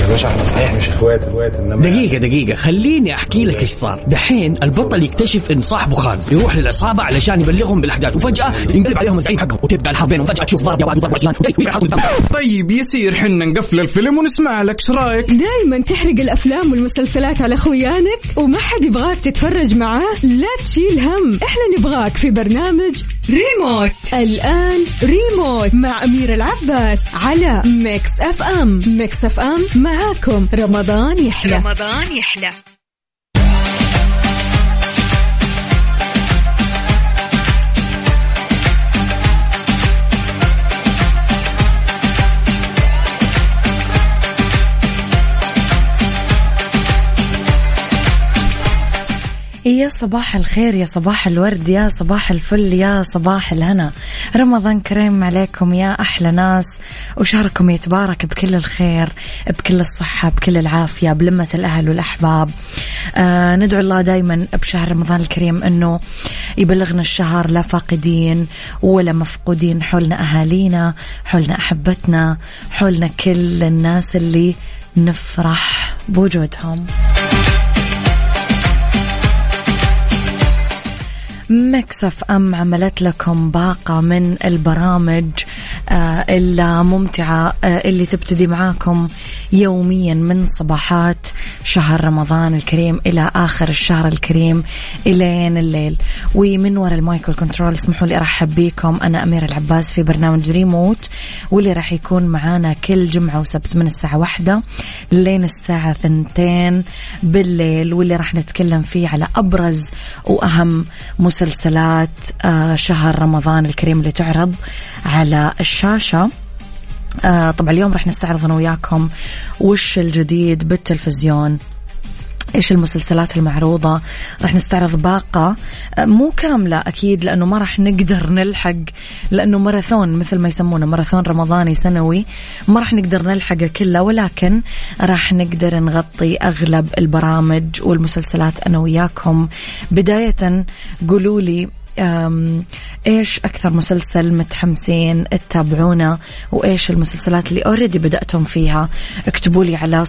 يا باشا احنا صحيح مش اخوات انما دقيقة خليني احكي لك ايش صار. دحين البطل يكتشف ان صاحبه خان، يروح للعصابة علشان يبلغهم بالاحداث، وفجأة ينقلب عليهم الزعيم حقهم وتبدأ الحرب بينهم. فجأة تشوف ضرب يا وعسلان. طيب يصير حنا نقفل الفيلم ونسمع لك، ايش رايك؟ دايما تحرق الافلام والمسلسلات على خويانك وما حد يبغاك تتفرج معاه؟ لا تشيل هم، احنا نبغاك في برنامج ريموت. الآن ريموت مع أمير العباس على ميكس اف ام. ميكس اف ام معاكم رمضان يحلى. يا صباح الخير، يا صباح الورد، يا صباح الفل، يا صباح الهنا. رمضان كريم عليكم يا أحلى ناس، وشهركم يتبارك بكل الخير، بكل الصحة، بكل العافية، بلمة الأهل والأحباب. ندعو الله دايما بشهر رمضان الكريم أنه يبلغنا الشهر لا فاقدين ولا مفقودين، حولنا أهالينا، حولنا أحبتنا، حولنا كل الناس اللي نفرح بوجودهم. مكسف أم عملت لكم باقة من البرامج الممتعة اللي تبتدي معاكم يوميا من صباحات شهر رمضان الكريم إلى آخر الشهر الكريم إلين الليل. ومن وراء المايك والكنترول اسمحوا لي أرحب بكم، أنا أمير العباس في برنامج ريموت، واللي راح يكون معانا كل جمعة وسبت من الساعة 1 لين الساعة 2 بالليل، واللي راح نتكلم فيه على أبرز وأهم مسلسلات شهر رمضان الكريم اللي تعرض على الشاشة. طبعا اليوم راح نستعرض أنا وياكم وش الجديد بالتلفزيون، إيش المسلسلات المعروضة. راح نستعرض باقة مو كاملة أكيد، لأنه ما راح نقدر نلحق، لأنه ماراثون مثل ما يسمونه، ماراثون رمضاني سنوي، ما راح نقدر نلحقه كله، ولكن راح نقدر نغطي أغلب البرامج والمسلسلات أنا وياكم. بداية قولوا لي إيش أكثر مسلسل متحمسين تتابعونه، وإيش المسلسلات اللي أوريدي بدأتم فيها. اكتبوا لي على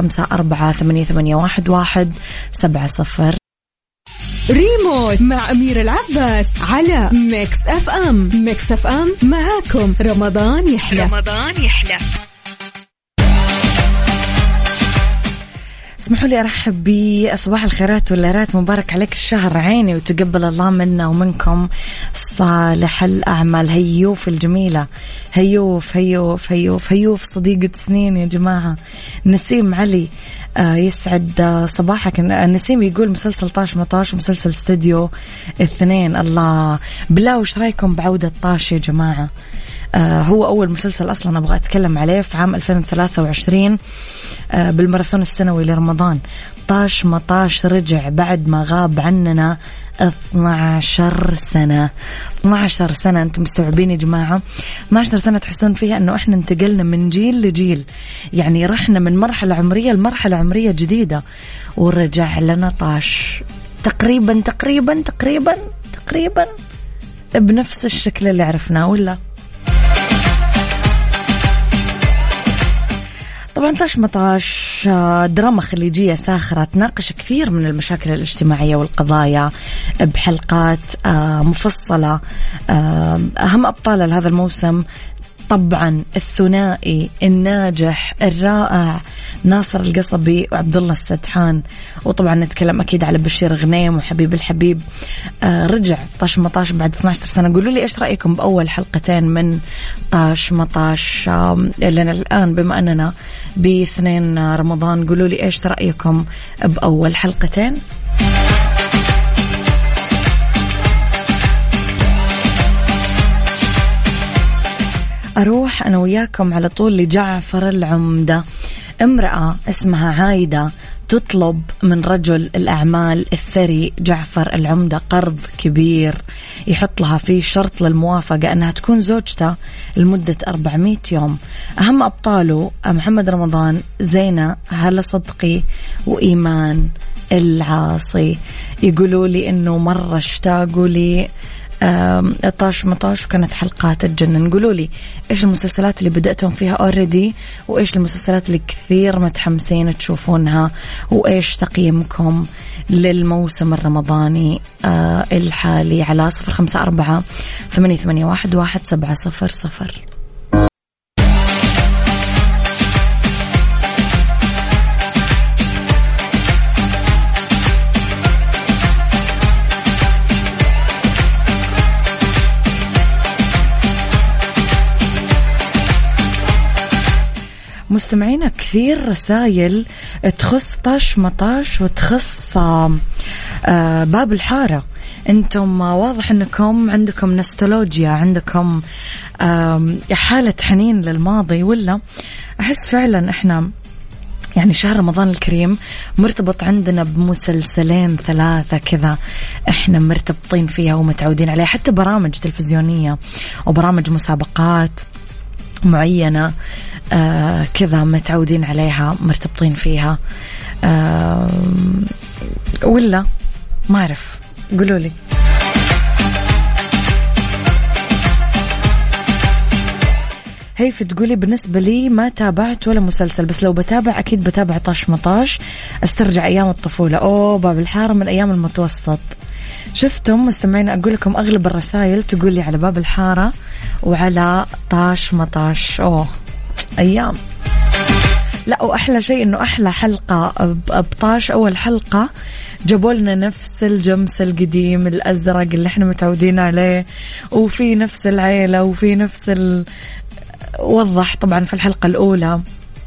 0548811700. ريموت مع أمير العباس على ميكس اف ام. ميكس اف ام معاكم رمضان يحلى. اسمحوا لي أرحب بصباح الخيرات والليرات، مبارك عليك الشهر عيني، وتقبل الله منا ومنكم صالح الأعمال. هيوف الجميلة، هيوف صديقة سنين يا جماعة. نسيم علي يسعد صباحك. نسيم يقول مسلسل طاش مطاش ومسلسل استوديو 2. الله بالله، وش رايكم بعودة طاش يا جماعة؟ هو أول مسلسل أصلا أبغى أتكلم عليه في عام 2023 بالماراثون السنوي لرمضان. طاش مطاش رجع بعد ما غاب عننا 12 سنة. 12 سنة، أنتم مستوعبين يا جماعة؟ 12 سنة تحسون فيها أنه إحنا انتقلنا من جيل لجيل، يعني رحنا من مرحلة عمرية لمرحلة عمرية جديدة، ورجع لنا طاش تقريبا بنفس الشكل اللي عرفناه، ولا؟ طبعا طاش مطاش دراما خليجية ساخرة تناقش كثير من المشاكل الاجتماعية والقضايا بحلقات مفصلة. أهم أبطال هذا الموسم طبعا الثنائي الناجح الرائع ناصر القصبي وعبد الله السدحان، وطبعا نتكلم أكيد على بشير غنيم وحبيب الحبيب. رجع طاش مطاش بعد 12 سنة. قولوا لي إيش رأيكم بأول حلقتين من طاش مطاش لنا الآن بما أننا ب2 رمضان؟ قولوا لي إيش رأيكم بأول حلقتين. أروح أنا وياكم على طول لجعفر العمدة. امرأة اسمها عايدة تطلب من رجل الأعمال الثري جعفر العمدة قرض كبير، يحط لها فيه شرط للموافقة أنها تكون زوجته لمدة 400 يوم. أهم أبطاله محمد رمضان، زينة، هلا صدقي، وإيمان العاصي. يقولوا لي إنه مرة اشتاقوا لي طاش مطاش، وكانت حلقات تجنن. قولوا لي إيش المسلسلات اللي بدأتم فيها أوريدي، وإيش المسلسلات اللي كثير متحمسين تشوفونها، وإيش تقييمكم للموسم الرمضاني الحالي على 0548811700. مستمعينا كثير رسائل تخص طاش مطاش وتخص باب الحارة. انتم واضح انكم عندكم نوستالجيا، عندكم حالة حنين للماضي، ولا احس فعلا احنا يعني شهر رمضان الكريم مرتبط عندنا بمسلسلين 3 كذا احنا مرتبطين فيها ومتعودين عليها، حتى برامج تلفزيونية وبرامج مسابقات معينة كذا متعودين عليها مرتبطين فيها، ولا ما أعرف، قولوا لي. هيف تقولي بالنسبة لي ما تابعت ولا مسلسل، بس لو بتابع أكيد بتابع طاش مطاش، استرجع أيام الطفولة. باب الحارة من أيام المتوسط. شفتم مستمعين؟ أقول لكم أغلب الرسائل تقول لي على باب الحارة وعلى طاش مطاش. أيام. لا، وأحلى شيء إنه أحلى حلقة بطاش أول حلقة جابوا لنا نفس الجمس القديم الأزرق اللي احنا متعودين عليه، وفي نفس العيلة وفي نفس وضح طبعا في الحلقة الأولى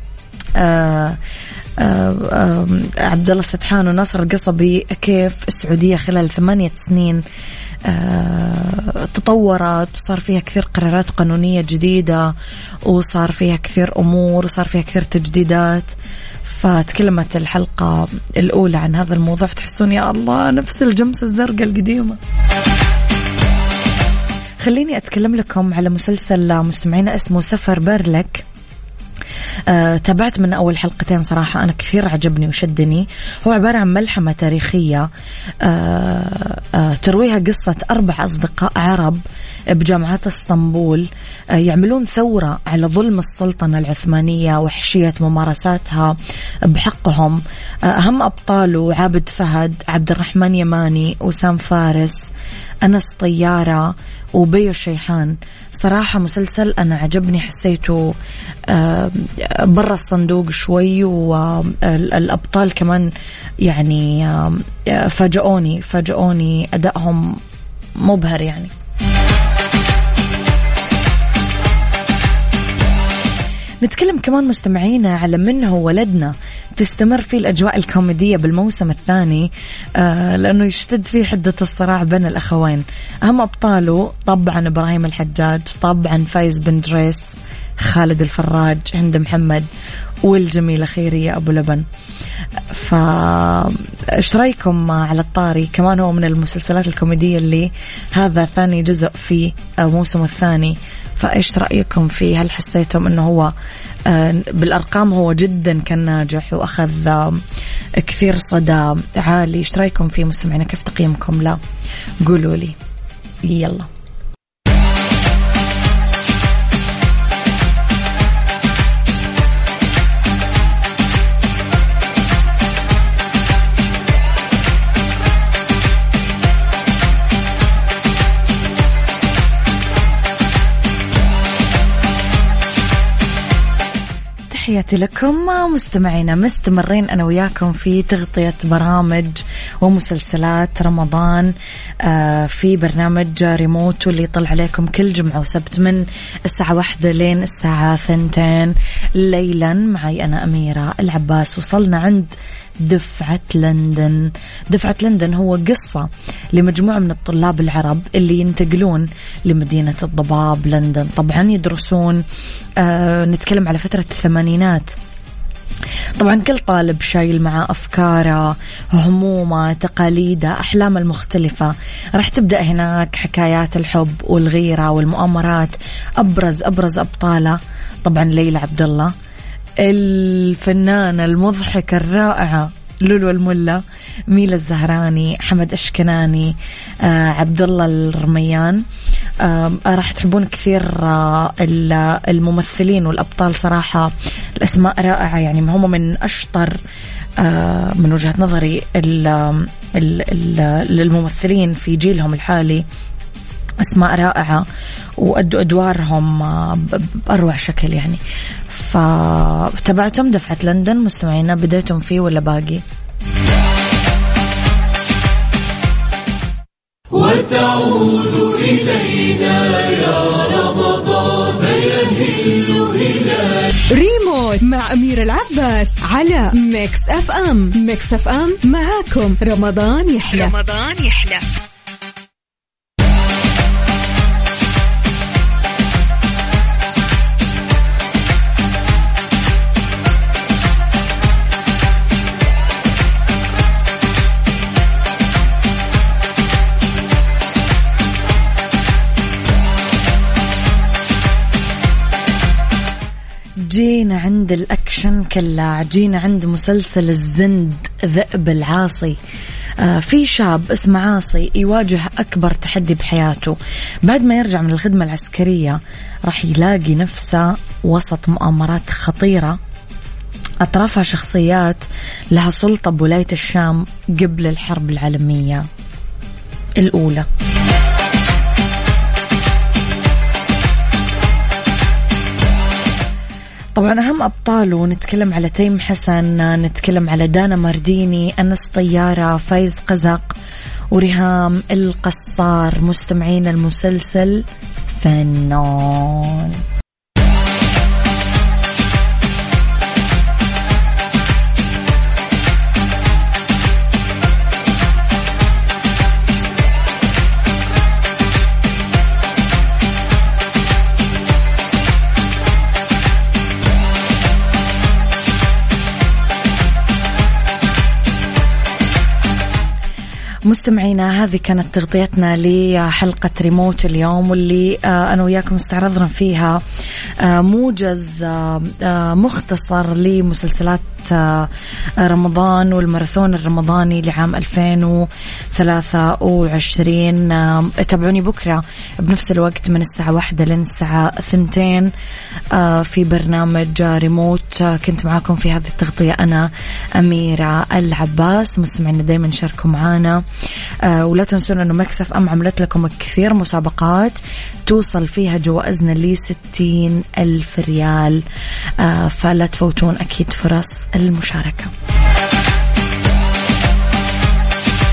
عبد الله السدحان وناصر القصبي كيف السعودية خلال 8 سنين تطورت، وصار فيها كثير قرارات قانونية جديدة، وصار فيها كثير أمور، وصار فيها كثير تجديدات. فتكلمت الحلقة الأولى عن هذا الموضوع، فتحسون يا الله نفس الجمس الزرقاء القديمة. خليني أتكلم لكم على مسلسل مستمعين اسمه سفر بيرلك. تابعت من أول حلقتين صراحة، أنا كثير عجبني وشدني. هو عبارة عن ملحمة تاريخية ترويها قصة 4 أصدقاء عرب بجامعات اسطنبول يعملون ثورة على ظلم السلطنة العثمانية وحشية ممارساتها بحقهم. أهم أبطاله عابد فهد، عبد الرحمن يماني، وسام فارس، أنس طيارة، وبيو الشيحان. صراحة مسلسل أنا عجبني، حسيته برا الصندوق شوي، والأبطال كمان يعني فاجئوني أدائهم مبهر يعني. نتكلم كمان مستمعينا على منه ولدنا، تستمر فيه الأجواء الكوميدية بالموسم الثاني، لأنه يشتد فيه حدة الصراع بين الأخوين. أهم أبطاله طبعا إبراهيم الحجاج، طبعا فايز بن دريس، خالد الفراج، هند محمد، والجميلة خيرية أبو لبن. فايش رايكم على الطاري؟ كمان هو من المسلسلات الكوميدية اللي هذا ثاني جزء في موسم الثاني، فايش رأيكم فيه؟ هل حسيتم انه هو بالأرقام هو جدا كان ناجح وأخذ كثير صدى عالي؟ ايش رايكم فيه مستمعينا؟ كيف تقييمكم؟ لا قولوا لي. يلا تحياتي لكم مستمعينا. مستمرين أنا وياكم في تغطية برامج ومسلسلات رمضان في برنامج ريموت، واللي يطلع عليكم كل جمعة وسبت من الساعة 1 لين الساعة 2 ليلا. معي أنا أميرة العباس. وصلنا عند دفعة لندن. دفعة لندن هو قصة لمجموعة من الطلاب العرب اللي ينتقلون لمدينة الضباب لندن. طبعا يدرسون نتكلم على فترة الثمانينات. طبعا كل طالب شايل معه أفكاره، همومه، تقاليده، أحلامه المختلفة. راح تبدأ هناك حكايات الحب والغيرة والمؤامرات. أبرز أبطاله طبعا ليلى عبد الله الفنانة المضحكة الرائعة لولو الملا، ميلا الزهراني، حمد أشكناني، عبد الله الرميان. راح تحبون كثير الممثلين والأبطال صراحة، الأسماء رائعة يعني، هم من أشطر من وجهة نظري الممثلين في جيلهم الحالي، أسماء رائعة وأدوا أدوارهم بأروع شكل يعني. فتابعتم دفعة لندن مستمعينا؟ بديتم فيه ولا باقي؟ وتعود إلينا يا رمضان يهل هلال. ريموت مع أميرة العباس على ميكس اف ام. ميكس اف ام معاكم رمضان يحلى. رمضان يحلى. جينا عند الأكشن كلا، جينا عند مسلسل الزند ذئب العاصي. في شاب اسمه عاصي يواجه أكبر تحدي بحياته بعد ما يرجع من الخدمة العسكرية. راح يلاقي نفسه وسط مؤامرات خطيرة أطرافها شخصيات لها سلطة بولاية الشام قبل الحرب العالمية الأولى. طبعا أهم أبطاله نتكلم على تيم حسن، نتكلم على دانا مارديني، أنس طيارة، فايز قزق، وريهام القصار. مستمعين المسلسل فنان. مستمعينا هذه كانت تغطيتنا لحلقة ريموت اليوم، واللي أنا وياكم استعرضنا فيها موجز مختصر لمسلسلات رمضان والماراثون الرمضاني لعام 2023. تابعوني بكرة بنفس الوقت من الساعة 1 لين الساعة 2 في برنامج ريموت. كنت معاكم في هذه التغطية أنا أميرة العباس. مستمعينا دايما شاركوا معنا، ولا تنسون أنه ميكس اف ام عملت لكم كثير مسابقات توصل فيها جوائزنا ل60,000 ريال، فلا تفوتون أكيد فرص المشاركة.